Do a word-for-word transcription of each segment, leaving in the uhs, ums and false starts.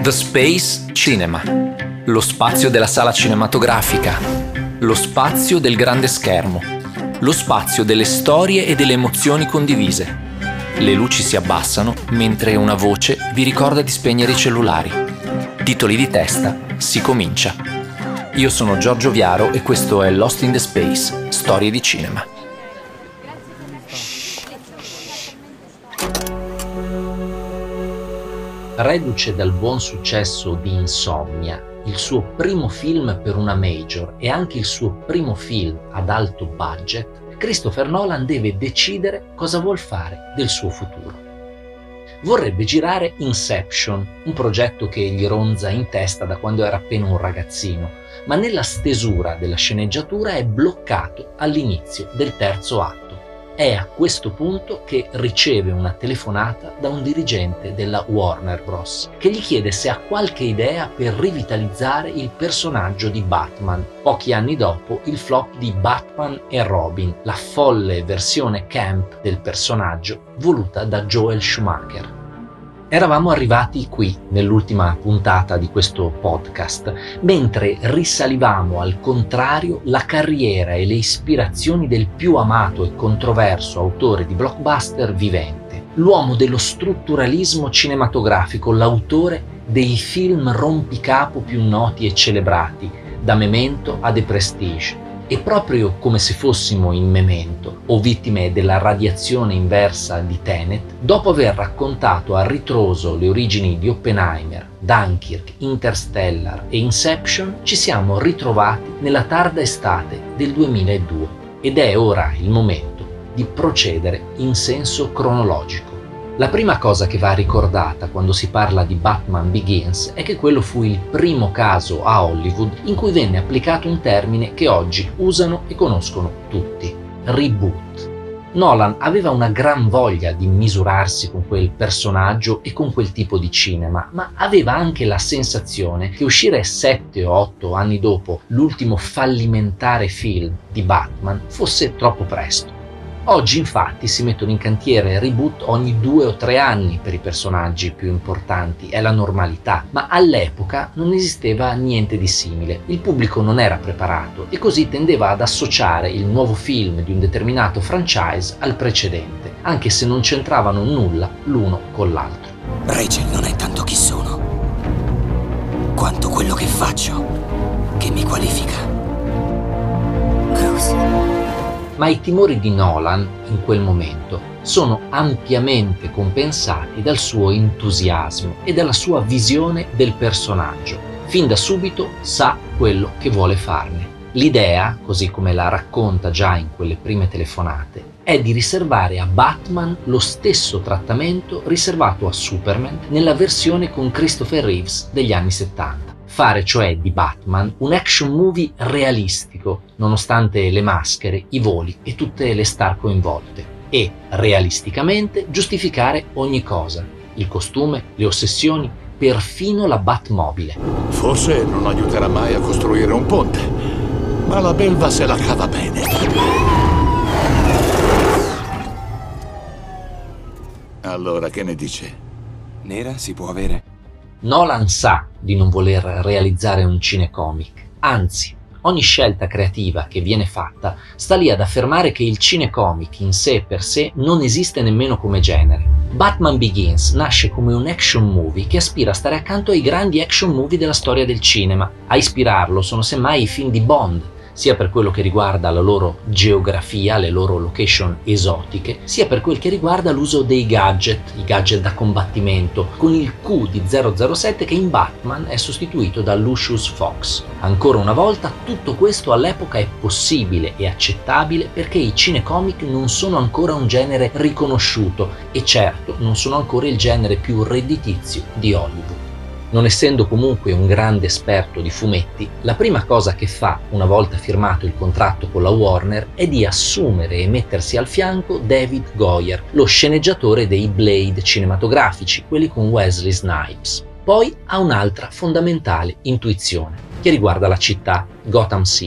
The Space Cinema, lo spazio della sala cinematografica, lo spazio del grande schermo, lo spazio delle storie e delle emozioni condivise. Le luci si abbassano mentre una voce vi ricorda di spegnere i cellulari. Titoli di testa, si comincia. Io sono Giorgio Viaro e questo è Lost in the Space, storie di cinema. Reduce dal buon successo di Insomnia, il suo primo film per una major e anche il suo primo film ad alto budget, Christopher Nolan deve decidere cosa vuol fare del suo futuro. Vorrebbe girare Inception, un progetto che gli ronza in testa da quando era appena un ragazzino, ma nella stesura della sceneggiatura è bloccato all'inizio del terzo atto. È a questo punto che riceve una telefonata da un dirigente della Warner Bros. Che gli chiede se ha qualche idea per rivitalizzare il personaggio di Batman. Pochi anni dopo il flop di Batman e Robin, la folle versione camp del personaggio voluta da Joel Schumacher. Eravamo arrivati qui, nell'ultima puntata di questo podcast, mentre risalivamo al contrario la carriera e le ispirazioni del più amato e controverso autore di blockbuster vivente, l'uomo dello strutturalismo cinematografico, l'autore dei film rompicapo più noti e celebrati, da Memento a The Prestige. E proprio come se fossimo in Memento o vittime della radiazione inversa di Tenet, dopo aver raccontato a ritroso le origini di Oppenheimer, Dunkirk, Interstellar e Inception, ci siamo ritrovati nella tarda estate del duemiladue ed è ora il momento di procedere in senso cronologico. La prima cosa che va ricordata quando si parla di Batman Begins è che quello fu il primo caso a Hollywood in cui venne applicato un termine che oggi usano e conoscono tutti: reboot. Nolan aveva una gran voglia di misurarsi con quel personaggio e con quel tipo di cinema, ma aveva anche la sensazione che uscire sette o otto anni dopo l'ultimo fallimentare film di Batman fosse troppo presto. Oggi infatti si mettono in cantiere reboot ogni due o tre anni per i personaggi più importanti, è la normalità, ma all'epoca non esisteva niente di simile, il pubblico non era preparato e così tendeva ad associare il nuovo film di un determinato franchise al precedente, anche se non c'entravano nulla l'uno con l'altro. Rachel non è tanto chi sono, quanto quello che faccio, che mi qualifica. Bruce. Ma i timori di Nolan, in quel momento, sono ampiamente compensati dal suo entusiasmo e dalla sua visione del personaggio. Fin da subito sa quello che vuole farne. L'idea, così come la racconta già in quelle prime telefonate, è di riservare a Batman lo stesso trattamento riservato a Superman nella versione con Christopher Reeves degli anni settanta. Fare cioè di Batman un action movie realistico, nonostante le maschere, i voli e tutte le star coinvolte, e realisticamente giustificare ogni cosa, il costume, le ossessioni, perfino la Batmobile. Forse non aiuterà mai a costruire un ponte, ma la belva se la cava bene. Allora, che ne dice? Nera si può avere? Nolan sa di non voler realizzare un cinecomic, anzi, ogni scelta creativa che viene fatta sta lì ad affermare che il cinecomic in sé per sé non esiste nemmeno come genere. Batman Begins nasce come un action movie che aspira a stare accanto ai grandi action movie della storia del cinema. A ispirarlo sono semmai i film di Bond, sia per quello che riguarda la loro geografia, le loro location esotiche, sia per quel che riguarda l'uso dei gadget, i gadget da combattimento, con il Q di zero zero sette che in Batman è sostituito da Lucius Fox. Ancora una volta, tutto questo all'epoca è possibile e accettabile perché i cinecomic non sono ancora un genere riconosciuto e certo non sono ancora il genere più redditizio di Hollywood. Non essendo comunque un grande esperto di fumetti, la prima cosa che fa una volta firmato il contratto con la Warner è di assumere e mettersi al fianco David Goyer, lo sceneggiatore dei Blade cinematografici, quelli con Wesley Snipes. Poi ha un'altra fondamentale intuizione che riguarda la città, Gotham City.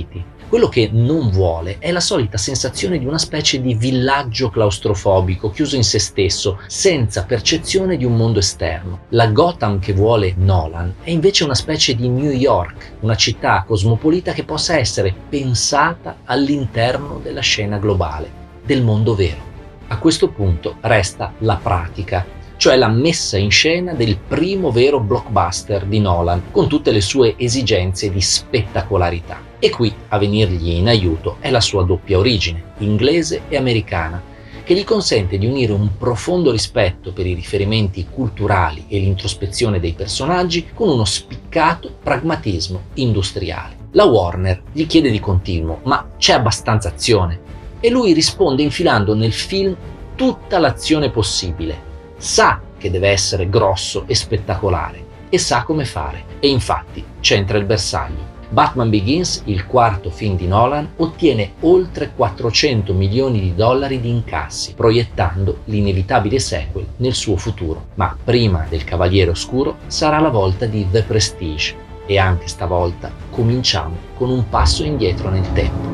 Quello che non vuole è la solita sensazione di una specie di villaggio claustrofobico, chiuso in se stesso, senza percezione di un mondo esterno. La Gotham che vuole Nolan è invece una specie di New York, una città cosmopolita che possa essere pensata all'interno della scena globale, del mondo vero. A questo punto resta la pratica, cioè la messa in scena del primo vero blockbuster di Nolan, con tutte le sue esigenze di spettacolarità. E qui a venirgli in aiuto è la sua doppia origine, inglese e americana, che gli consente di unire un profondo rispetto per i riferimenti culturali e l'introspezione dei personaggi con uno spiccato pragmatismo industriale. La Warner gli chiede di continuo, ma c'è abbastanza azione? E lui risponde infilando nel film tutta l'azione possibile. Sa che deve essere grosso e spettacolare e sa come fare, e infatti c'entra il bersaglio. Batman Begins, il quarto film di Nolan, ottiene oltre quattrocento milioni di dollari di incassi, proiettando l'inevitabile sequel nel suo futuro. Ma prima del Cavaliere Oscuro sarà la volta di The Prestige, e anche stavolta cominciamo con un passo indietro nel tempo.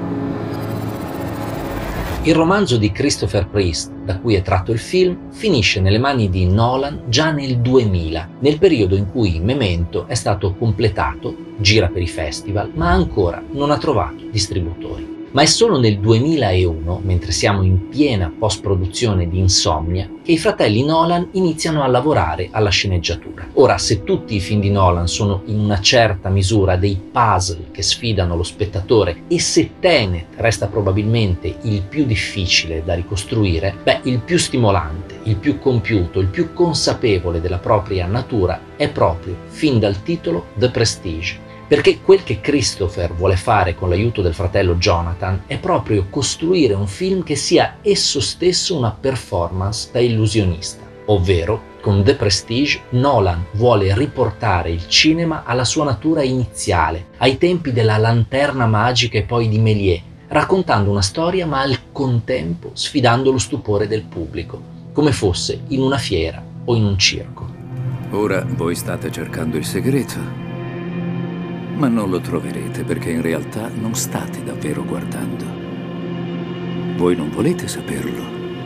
Il romanzo di Christopher Priest, da cui è tratto il film, finisce nelle mani di Nolan già nel duemila, nel periodo in cui Memento è stato completato, gira per i festival, ma ancora non ha trovato distributori. Ma è solo nel duemilauno, mentre siamo in piena post-produzione di Insomnia, che i fratelli Nolan iniziano a lavorare alla sceneggiatura. Ora, se tutti i film di Nolan sono in una certa misura dei puzzle che sfidano lo spettatore, e se Tenet resta probabilmente il più difficile da ricostruire, beh, il più stimolante, il più compiuto, il più consapevole della propria natura è proprio, fin dal titolo, The Prestige. Perché quel che Christopher vuole fare con l'aiuto del fratello Jonathan è proprio costruire un film che sia esso stesso una performance da illusionista. Ovvero, con The Prestige, Nolan vuole riportare il cinema alla sua natura iniziale, ai tempi della lanterna magica e poi di Méliès, raccontando una storia ma al contempo sfidando lo stupore del pubblico, come fosse in una fiera o in un circo. Ora voi state cercando il segreto. Ma non lo troverete perché in realtà non state davvero guardando. Voi non volete saperlo.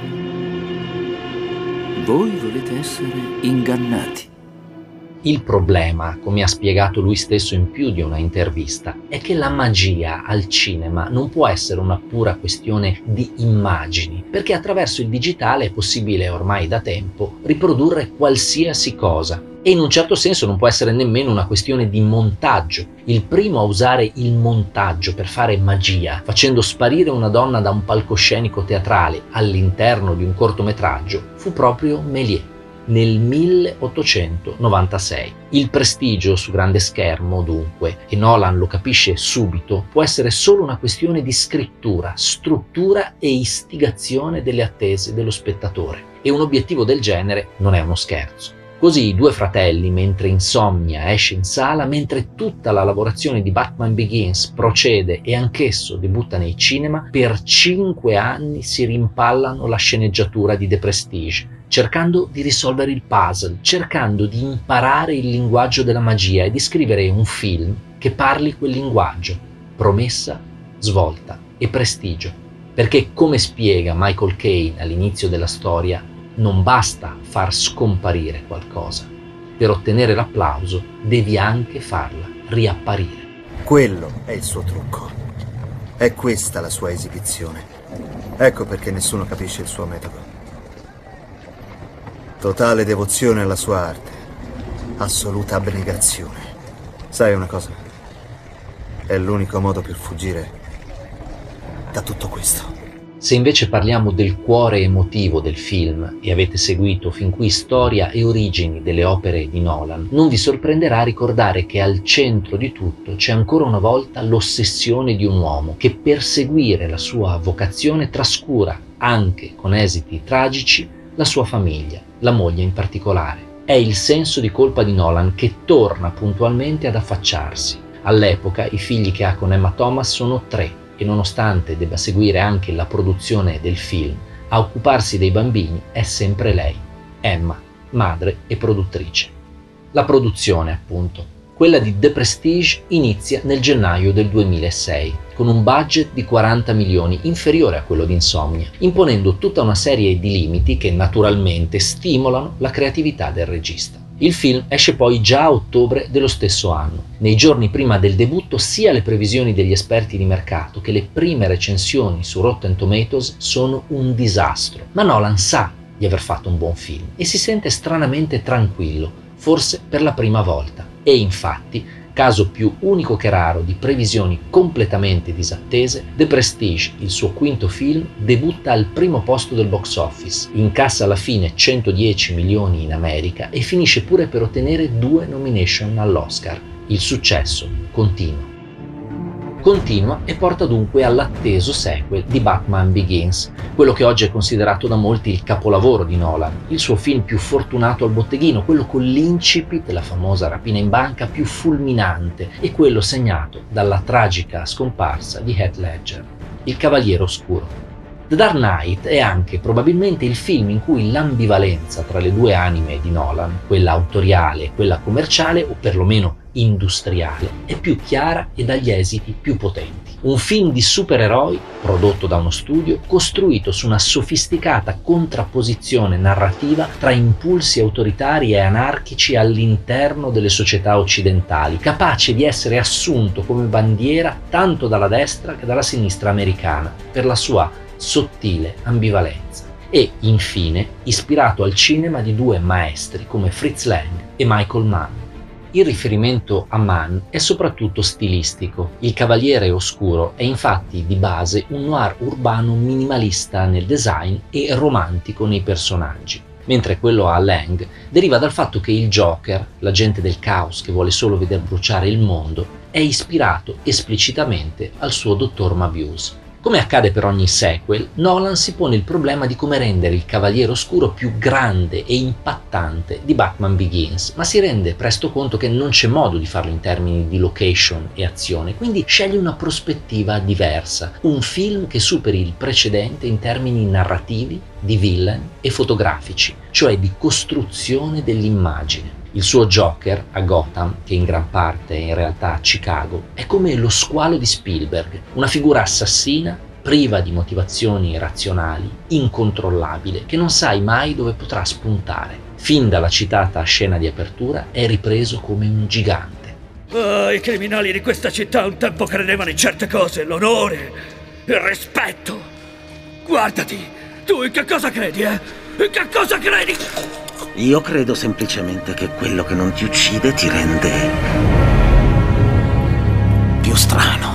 Voi volete essere ingannati. Il problema, come ha spiegato lui stesso in più di una intervista, è che la magia al cinema non può essere una pura questione di immagini, perché attraverso il digitale è possibile ormai da tempo riprodurre qualsiasi cosa. E in un certo senso non può essere nemmeno una questione di montaggio. Il primo a usare il montaggio per fare magia, facendo sparire una donna da un palcoscenico teatrale all'interno di un cortometraggio, fu proprio Méliès, nel milleottocentonovantasei. Il prestigio su grande schermo, dunque, e Nolan lo capisce subito, può essere solo una questione di scrittura, struttura e istigazione delle attese dello spettatore. E un obiettivo del genere non è uno scherzo. Così i due fratelli, mentre Insomnia esce in sala, mentre tutta la lavorazione di Batman Begins procede e anch'esso debutta nei cinema, per cinque anni si rimpallano la sceneggiatura di The Prestige, cercando di risolvere il puzzle, cercando di imparare il linguaggio della magia e di scrivere un film che parli quel linguaggio, promessa, svolta e prestigio. Perché, come spiega Michael Caine all'inizio della storia, non basta far scomparire qualcosa. Per ottenere l'applauso devi anche farla riapparire. Quello è il suo trucco. È questa la sua esibizione. Ecco perché nessuno capisce il suo metodo. Totale devozione alla sua arte. Assoluta abnegazione. Sai una cosa? È l'unico modo per fuggire da tutto questo. Se invece parliamo del cuore emotivo del film e avete seguito fin qui storia e origini delle opere di Nolan, non vi sorprenderà ricordare che al centro di tutto c'è ancora una volta l'ossessione di un uomo che per seguire la sua vocazione trascura, anche con esiti tragici, la sua famiglia, la moglie in particolare. È il senso di colpa di Nolan che torna puntualmente ad affacciarsi. All'epoca i figli che ha con Emma Thomas sono tre, e nonostante debba seguire anche la produzione del film, a occuparsi dei bambini è sempre lei, Emma, madre e produttrice. La produzione, appunto. Quella di The Prestige inizia nel gennaio del duemilasei, con un budget di quaranta milioni, inferiore a quello di Insomnia, imponendo tutta una serie di limiti che naturalmente stimolano la creatività del regista. Il film esce poi già a ottobre dello stesso anno. Nei giorni prima del debutto sia le previsioni degli esperti di mercato che le prime recensioni su Rotten Tomatoes sono un disastro, ma Nolan sa di aver fatto un buon film e si sente stranamente tranquillo, forse per la prima volta. E infatti, caso più unico che raro di previsioni completamente disattese, The Prestige, il suo quinto film, debutta al primo posto del box office, incassa alla fine centodieci milioni in America e finisce pure per ottenere due nomination all'Oscar. Il successo continua. Continua e porta dunque all'atteso sequel di Batman Begins, quello che oggi è considerato da molti il capolavoro di Nolan, il suo film più fortunato al botteghino, quello con l'incipit, la famosa rapina in banca, più fulminante, e quello segnato dalla tragica scomparsa di Heath Ledger, il Cavaliere Oscuro. The Dark Knight è anche probabilmente il film in cui l'ambivalenza tra le due anime di Nolan, quella autoriale e quella commerciale, o perlomeno industriale, è più chiara e dagli esiti più potenti. Un film di supereroi prodotto da uno studio costruito su una sofisticata contrapposizione narrativa tra impulsi autoritari e anarchici all'interno delle società occidentali, capace di essere assunto come bandiera tanto dalla destra che dalla sinistra americana per la sua sottile ambivalenza. E, infine, ispirato al cinema di due maestri come Fritz Lang e Michael Mann. Il riferimento a Mann è soprattutto stilistico. Il Cavaliere Oscuro è infatti di base un noir urbano minimalista nel design e romantico nei personaggi, mentre quello a Lang deriva dal fatto che il Joker, l'agente del caos che vuole solo veder bruciare il mondo, è ispirato esplicitamente al suo dottor Mabius. Come accade per ogni sequel, Nolan si pone il problema di come rendere il Cavaliere Oscuro più grande e impattante di Batman Begins, ma si rende presto conto che non c'è modo di farlo in termini di location e azione, quindi sceglie una prospettiva diversa, un film che superi il precedente in termini narrativi, di villain e fotografici, cioè di costruzione dell'immagine. Il suo Joker a Gotham, che in gran parte è in realtà Chicago, è come lo squalo di Spielberg, una figura assassina, priva di motivazioni razionali, incontrollabile, che non sai mai dove potrà spuntare. Fin dalla citata scena di apertura è ripreso come un gigante. Oh, i criminali di questa città un tempo credevano in certe cose, l'onore, il rispetto. Guardati, tu in che cosa credi, eh? In che cosa credi? Io credo semplicemente che quello che non ti uccide ti rende più strano.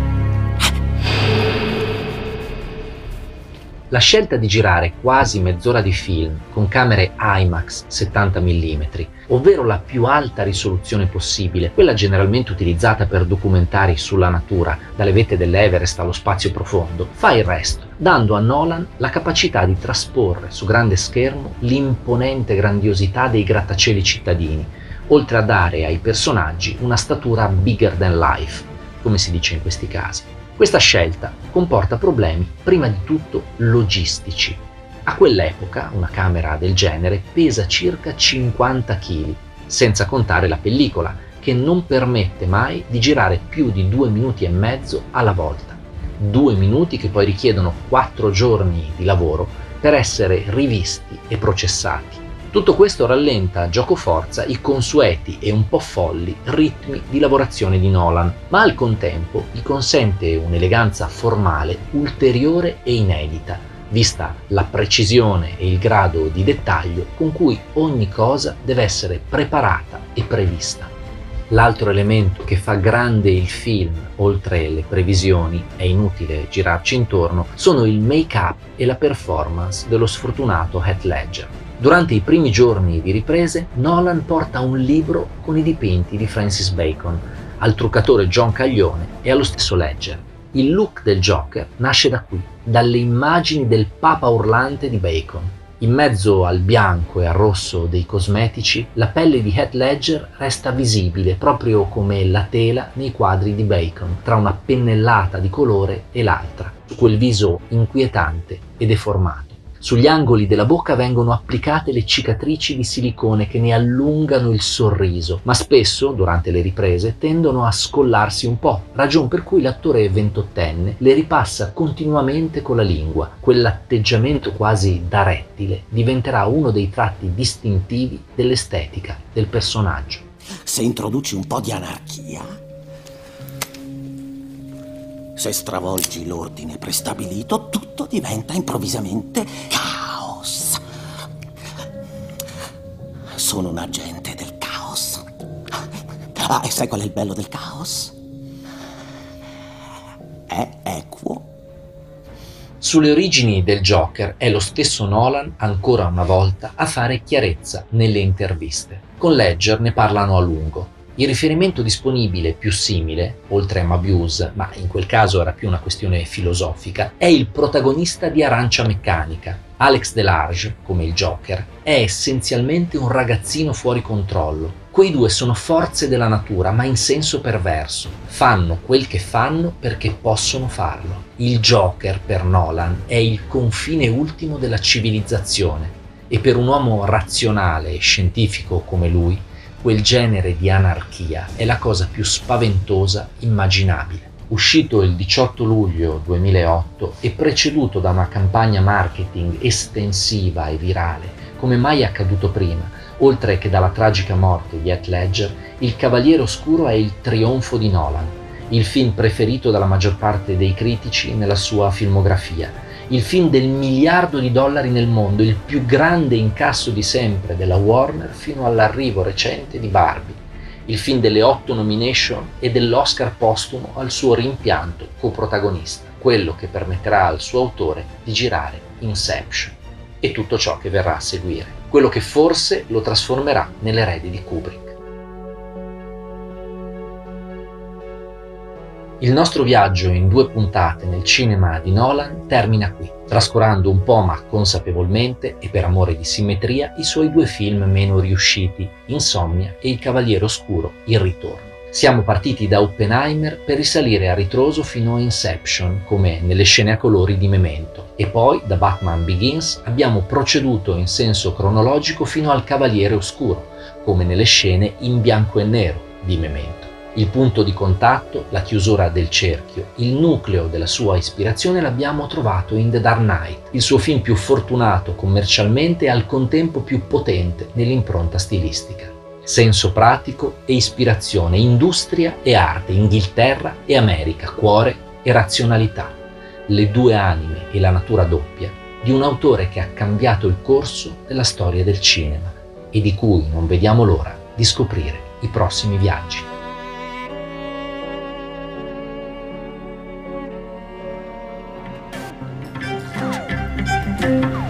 La scelta di girare quasi mezz'ora di film con camere IMAX settanta millimetri, ovvero la più alta risoluzione possibile, quella generalmente utilizzata per documentari sulla natura, dalle vette dell'Everest allo spazio profondo, fa il resto, dando a Nolan la capacità di trasporre su grande schermo l'imponente grandiosità dei grattacieli cittadini, oltre a dare ai personaggi una statura bigger than life, come si dice in questi casi. Questa scelta comporta problemi prima di tutto logistici. A quell'epoca una camera del genere pesa circa cinquanta chili, senza contare la pellicola, che non permette mai di girare più di due minuti e mezzo alla volta. Due minuti che poi richiedono quattro giorni di lavoro per essere rivisti e processati. Tutto questo rallenta giocoforza i consueti e un po' folli ritmi di lavorazione di Nolan, ma al contempo gli consente un'eleganza formale ulteriore e inedita, vista la precisione e il grado di dettaglio con cui ogni cosa deve essere preparata e prevista. L'altro elemento che fa grande il film, oltre le previsioni, è inutile girarci intorno, sono il make-up e la performance dello sfortunato Heath Ledger. Durante i primi giorni di riprese, Nolan porta un libro con i dipinti di Francis Bacon al truccatore John Caglione e allo stesso Ledger. Il look del Joker nasce da qui, dalle immagini del papa urlante di Bacon. In mezzo al bianco e al rosso dei cosmetici, la pelle di Heath Ledger resta visibile proprio come la tela nei quadri di Bacon, tra una pennellata di colore e l'altra, su quel viso inquietante e deformato. Sugli angoli della bocca vengono applicate le cicatrici di silicone che ne allungano il sorriso, ma spesso, durante le riprese, tendono a scollarsi un po', ragion per cui l'attore ventottenne le ripassa continuamente con la lingua. Quell'atteggiamento quasi da rettile diventerà uno dei tratti distintivi dell'estetica del personaggio. Se introduci un po' di anarchia, se stravolgi l'ordine prestabilito, tutto diventa improvvisamente caos. Sono un agente del caos. Ah, e sai qual è il bello del caos? È equo. Sulle origini del Joker è lo stesso Nolan, ancora una volta, a fare chiarezza nelle interviste. Con Ledger ne parlano a lungo. Il riferimento disponibile più simile, oltre a Möbius, ma in quel caso era più una questione filosofica, è il protagonista di Arancia Meccanica. Alex Delarge, come il Joker, è essenzialmente un ragazzino fuori controllo. Quei due sono forze della natura, ma in senso perverso. Fanno quel che fanno perché possono farlo. Il Joker, per Nolan, è il confine ultimo della civilizzazione, e per un uomo razionale e scientifico come lui, quel genere di anarchia è la cosa più spaventosa immaginabile. Uscito il diciotto luglio duemilaotto e preceduto da una campagna marketing estensiva e virale, come mai accaduto prima, oltre che dalla tragica morte di Heath Ledger, Il Cavaliere Oscuro è il trionfo di Nolan, il film preferito dalla maggior parte dei critici nella sua filmografia, il film del miliardo di dollari nel mondo, il più grande incasso di sempre della Warner fino all'arrivo recente di Barbie, il film delle otto nomination e dell'Oscar postumo al suo rimpianto coprotagonista, quello che permetterà al suo autore di girare Inception e tutto ciò che verrà a seguire, quello che forse lo trasformerà nell'erede di Kubrick. Il nostro viaggio in due puntate nel cinema di Nolan termina qui, trascurando un po' ma consapevolmente e per amore di simmetria i suoi due film meno riusciti, Insomnia e Il Cavaliere Oscuro, Il Ritorno. Siamo partiti da Oppenheimer per risalire a ritroso fino a Inception, come nelle scene a colori di Memento, e poi da Batman Begins abbiamo proceduto in senso cronologico fino al Cavaliere Oscuro, come nelle scene in bianco e nero di Memento. Il punto di contatto, la chiusura del cerchio, il nucleo della sua ispirazione l'abbiamo trovato in The Dark Knight, il suo film più fortunato commercialmente e al contempo più potente nell'impronta stilistica. Senso pratico e ispirazione, industria e arte, Inghilterra e America, cuore e razionalità, le due anime e la natura doppia di un autore che ha cambiato il corso della storia del cinema e di cui non vediamo l'ora di scoprire i prossimi viaggi. Thank you.